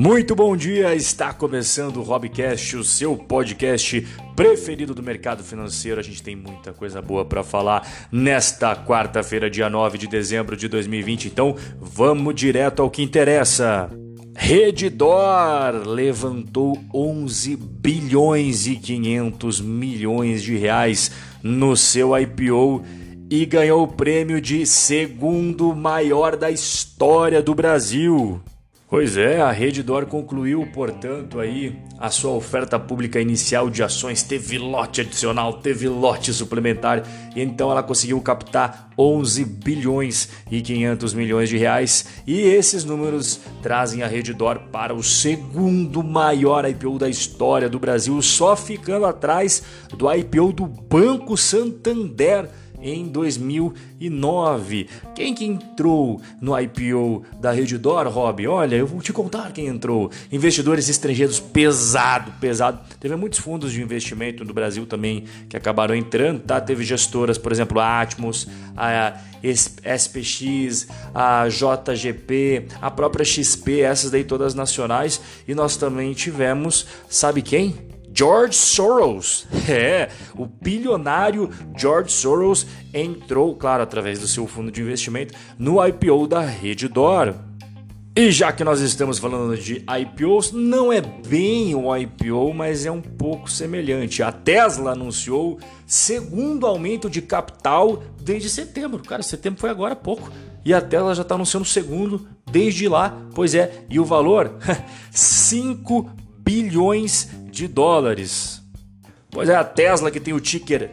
Muito bom dia, está começando o Hobbycast, o seu podcast preferido do mercado financeiro. A gente tem muita coisa boa para falar nesta quarta-feira, dia 9 de dezembro de 2020, então vamos direto ao que interessa. Redditor levantou 11 bilhões e 500 milhões de reais no seu IPO e ganhou o prêmio de segundo maior da história do Brasil. Pois é, a Redditor concluiu, portanto, aí a sua oferta pública inicial de ações, teve lote adicional, teve lote suplementar, e então ela conseguiu captar 11 bilhões e 500 milhões de reais, e esses números trazem a Redditor para o segundo maior IPO da história do Brasil, só ficando atrás do IPO do Banco Santander, em 2009. Quem que entrou no IPO da Redditor, Rob? Olha, eu vou te contar quem entrou. Investidores estrangeiros pesado. Teve muitos fundos de investimento no Brasil também que acabaram entrando, tá? Teve gestoras, por exemplo, a Atmos, a SPX, a JGP, a própria XP, essas daí todas nacionais. E nós também tivemos, sabe quem? George Soros, o bilionário George Soros entrou, claro, através do seu fundo de investimento, no IPO da Redditor. E já que nós estamos falando de IPOs, não é bem um IPO, mas é um pouco semelhante. A Tesla anunciou segundo aumento de capital desde setembro. Cara, setembro foi agora há pouco. E a Tesla já está anunciando o segundo desde lá. Pois é, e o valor? 5 bilhões de dólares. Pois é, a Tesla, que tem o ticker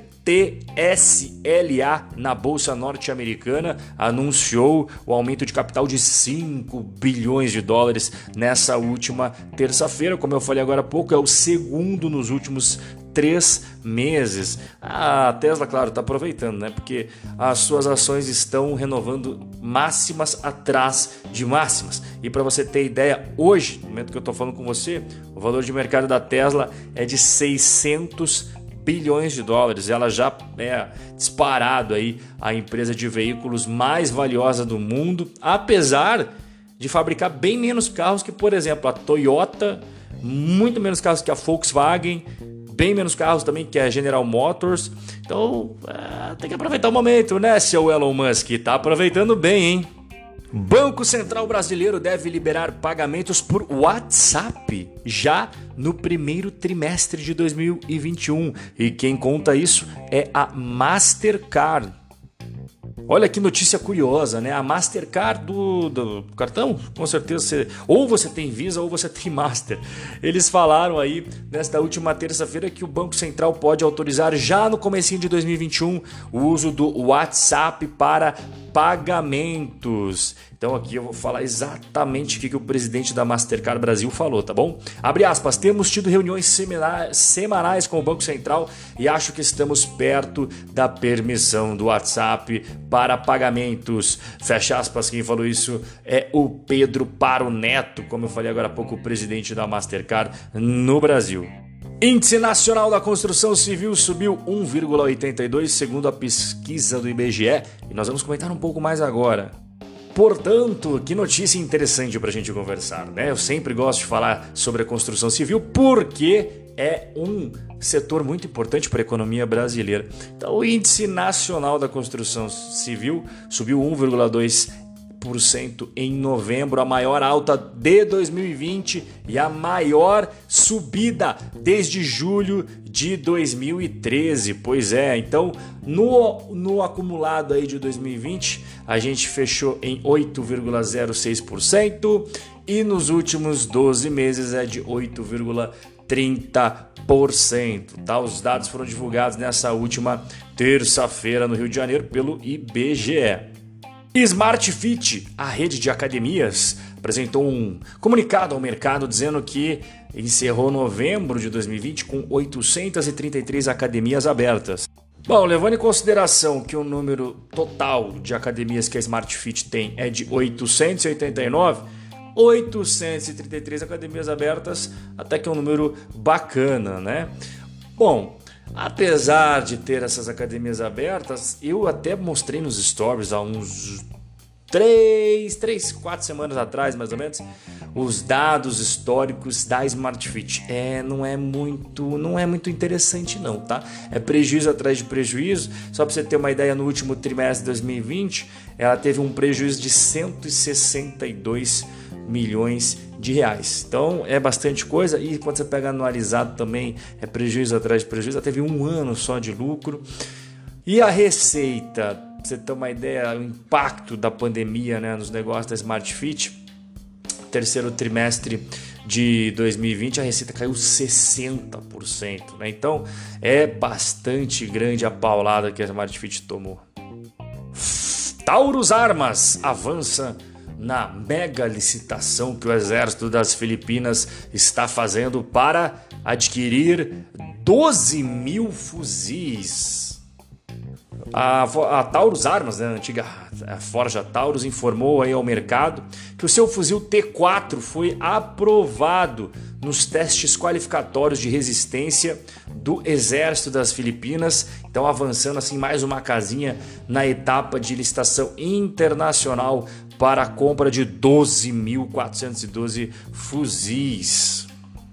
TSLA na bolsa norte-americana, anunciou o aumento de capital de 5 bilhões de dólares nessa última terça-feira. Como eu falei agora há pouco, é o segundo nos últimos 3 meses. A Tesla, claro, está aproveitando, né? Porque as suas ações estão renovando máximas atrás de máximas. E para você ter ideia, hoje, no momento que eu estou falando com você, o valor de mercado da Tesla é de 600 bilhões de dólares. Ela já é disparado aí a empresa de veículos mais valiosa do mundo, apesar de fabricar bem menos carros que, por exemplo, a Toyota, muito menos carros que a Volkswagen, bem menos carros também que a General Motors. Então, tem que aproveitar o momento, né, seu Elon Musk? Tá aproveitando bem, hein? Banco Central Brasileiro deve liberar pagamentos por WhatsApp já no primeiro trimestre de 2021. E quem conta isso é a Mastercard. Olha que notícia curiosa, né? A Mastercard do cartão, com certeza, ou você tem Visa ou você tem Master. Eles falaram aí nesta última terça-feira que o Banco Central pode autorizar já no comecinho de 2021 o uso do WhatsApp para pagamentos. Então aqui eu vou falar exatamente o que o presidente da Mastercard Brasil falou, tá bom? Abre aspas, temos tido reuniões semanais com o Banco Central e acho que estamos perto da permissão do WhatsApp para pagamentos. Fecha aspas, quem falou isso é o Pedro Paro Neto, como eu falei agora há pouco, o presidente da Mastercard no Brasil. Índice Nacional da Construção Civil subiu 1,82 segundo a pesquisa do IBGE e nós vamos comentar um pouco mais agora. Portanto, que notícia interessante para a gente conversar, né? Eu sempre gosto de falar sobre a construção civil porque é um setor muito importante para a economia brasileira. Então, o Índice Nacional da Construção Civil subiu 1,2% em novembro, a maior alta de 2020 e a maior subida desde julho de 2013. Pois é, então no acumulado aí de 2020 a gente fechou em 8,06% e nos últimos 12 meses é de 8,30%. Tá? Os dados foram divulgados nessa última terça-feira no Rio de Janeiro pelo IBGE. Smart Fit, a rede de academias, apresentou um comunicado ao mercado dizendo que encerrou novembro de 2020 com 833 academias abertas. Bom, levando em consideração que o número total de academias que a Smart Fit tem é de 889, 833 academias abertas até que é um número bacana, né? Bom, apesar de ter essas academias abertas, eu até mostrei nos stories há uns 4 semanas atrás, mais ou menos, os dados históricos da Smart Fit. Não é muito interessante não, tá? É prejuízo atrás de prejuízo. Só para você ter uma ideia, no último trimestre de 2020, ela teve um prejuízo de 162 milhões de reais. Então é bastante coisa, e quando você pega anualizado também é prejuízo atrás de prejuízo. Ela teve um ano só de lucro. E a receita, pra você ter uma ideia, o impacto da pandemia, né, nos negócios da Smart Fit, terceiro trimestre de 2020, a receita caiu 60%. Né? Então é bastante grande a paulada que a Smart Fit tomou. Taurus Armas avança na mega licitação que o Exército das Filipinas está fazendo para adquirir 12 mil fuzis. A Taurus Armas, né, a antiga Forja Taurus, informou aí ao mercado que o seu fuzil T4 foi aprovado nos testes qualificatórios de resistência do Exército das Filipinas. Então, avançando assim mais uma casinha na etapa de licitação internacional para a compra de 12.412 fuzis.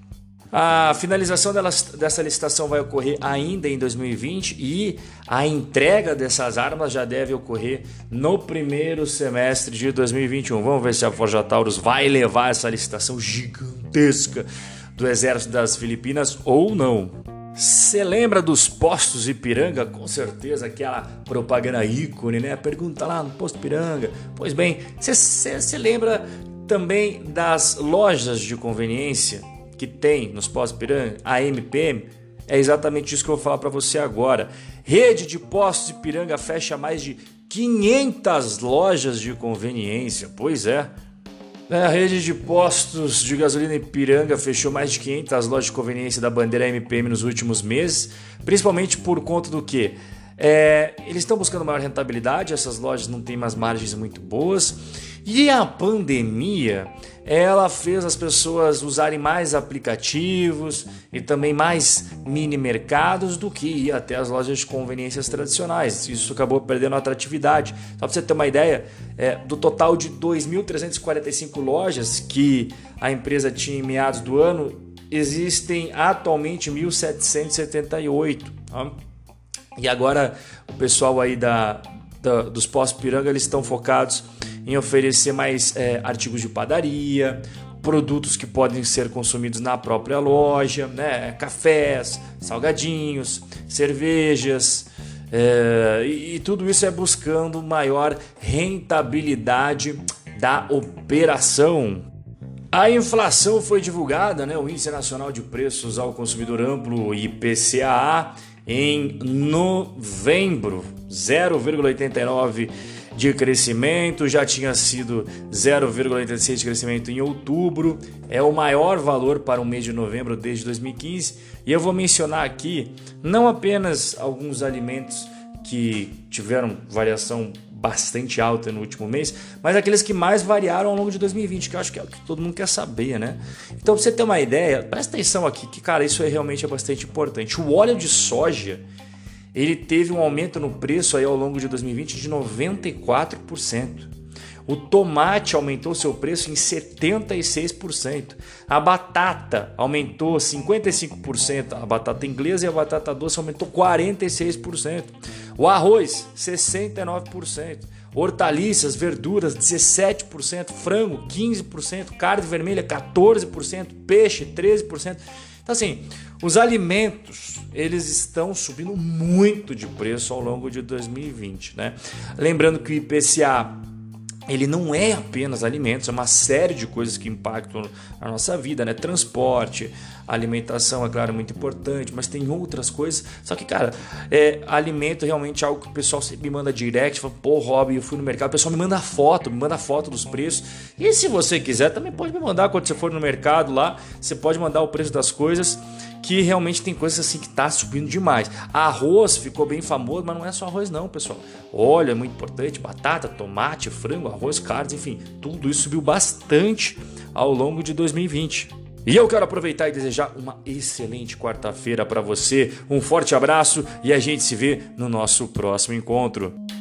A finalização dessa licitação vai ocorrer ainda em 2020 e a entrega dessas armas já deve ocorrer no primeiro semestre de 2021. Vamos ver se a Forja Taurus vai levar essa licitação gigantesca do Exército das Filipinas ou não. Você lembra dos postos Ipiranga? Com certeza, aquela propaganda ícone, né? Pergunta lá no posto Ipiranga. Pois bem, você lembra também das lojas de conveniência que tem nos postos Ipiranga, a MPM? É exatamente isso que eu vou falar para você agora. Rede de postos Ipiranga fecha mais de 500 lojas de conveniência. Pois é. A rede de postos de gasolina Ipiranga fechou mais de 500 lojas de conveniência da bandeira MPM nos últimos meses, principalmente por conta do quê? Eles estão buscando maior rentabilidade, essas lojas não têm mais margens muito boas, e a pandemia ela fez as pessoas usarem mais aplicativos e também mais mini mercados do que ir até as lojas de conveniências tradicionais. Isso acabou perdendo a atratividade. Só para você ter uma ideia, do total de 2.345 lojas que a empresa tinha em meados do ano, existem atualmente 1.778. Tá? E agora o pessoal aí dos postos Ipiranga, eles estão focados em oferecer mais artigos de padaria, produtos que podem ser consumidos na própria loja, né? Cafés, salgadinhos, cervejas, e tudo isso é buscando maior rentabilidade da operação. A inflação foi divulgada, né? O Índice Nacional de Preços ao Consumidor Amplo, IPCA, em novembro, 0,89% de crescimento, já tinha sido 0,86% de crescimento em outubro, é o maior valor para o mês de novembro desde 2015, e eu vou mencionar aqui não apenas alguns alimentos que tiveram variação bastante alta no último mês, mas aqueles que mais variaram ao longo de 2020, que eu acho que é o que todo mundo quer saber, né? Então, pra você ter uma ideia, presta atenção aqui, que cara, isso realmente é bastante importante. O óleo de soja, ele teve um aumento no preço aí ao longo de 2020 de 94%. O tomate aumentou seu preço em 76%. A batata aumentou 55%. A batata inglesa e a batata doce aumentou 46%. O arroz, 69%. Hortaliças, verduras, 17%. Frango, 15%. Carne vermelha, 14%. Peixe, 13%. Então, assim, os alimentos, eles estão subindo muito de preço ao longo de 2020, né? Lembrando que o IPCA, ele não é apenas alimentos, é uma série de coisas que impactam a nossa vida, né? Transporte, alimentação, é claro, muito importante, mas tem outras coisas. Só que, cara, alimento é realmente algo que o pessoal sempre me manda direct, fala, pô, Rob, eu fui no mercado, o pessoal me manda foto dos preços. E se você quiser, também pode me mandar quando você for no mercado lá, você pode mandar o preço das coisas, que realmente tem coisas assim que tá subindo demais. Arroz ficou bem famoso, mas não é só arroz não, pessoal. Óleo é muito importante, batata, tomate, frango, arroz, carnes, enfim, tudo isso subiu bastante ao longo de 2020. E eu quero aproveitar e desejar uma excelente quarta-feira para você. Um forte abraço e a gente se vê no nosso próximo encontro.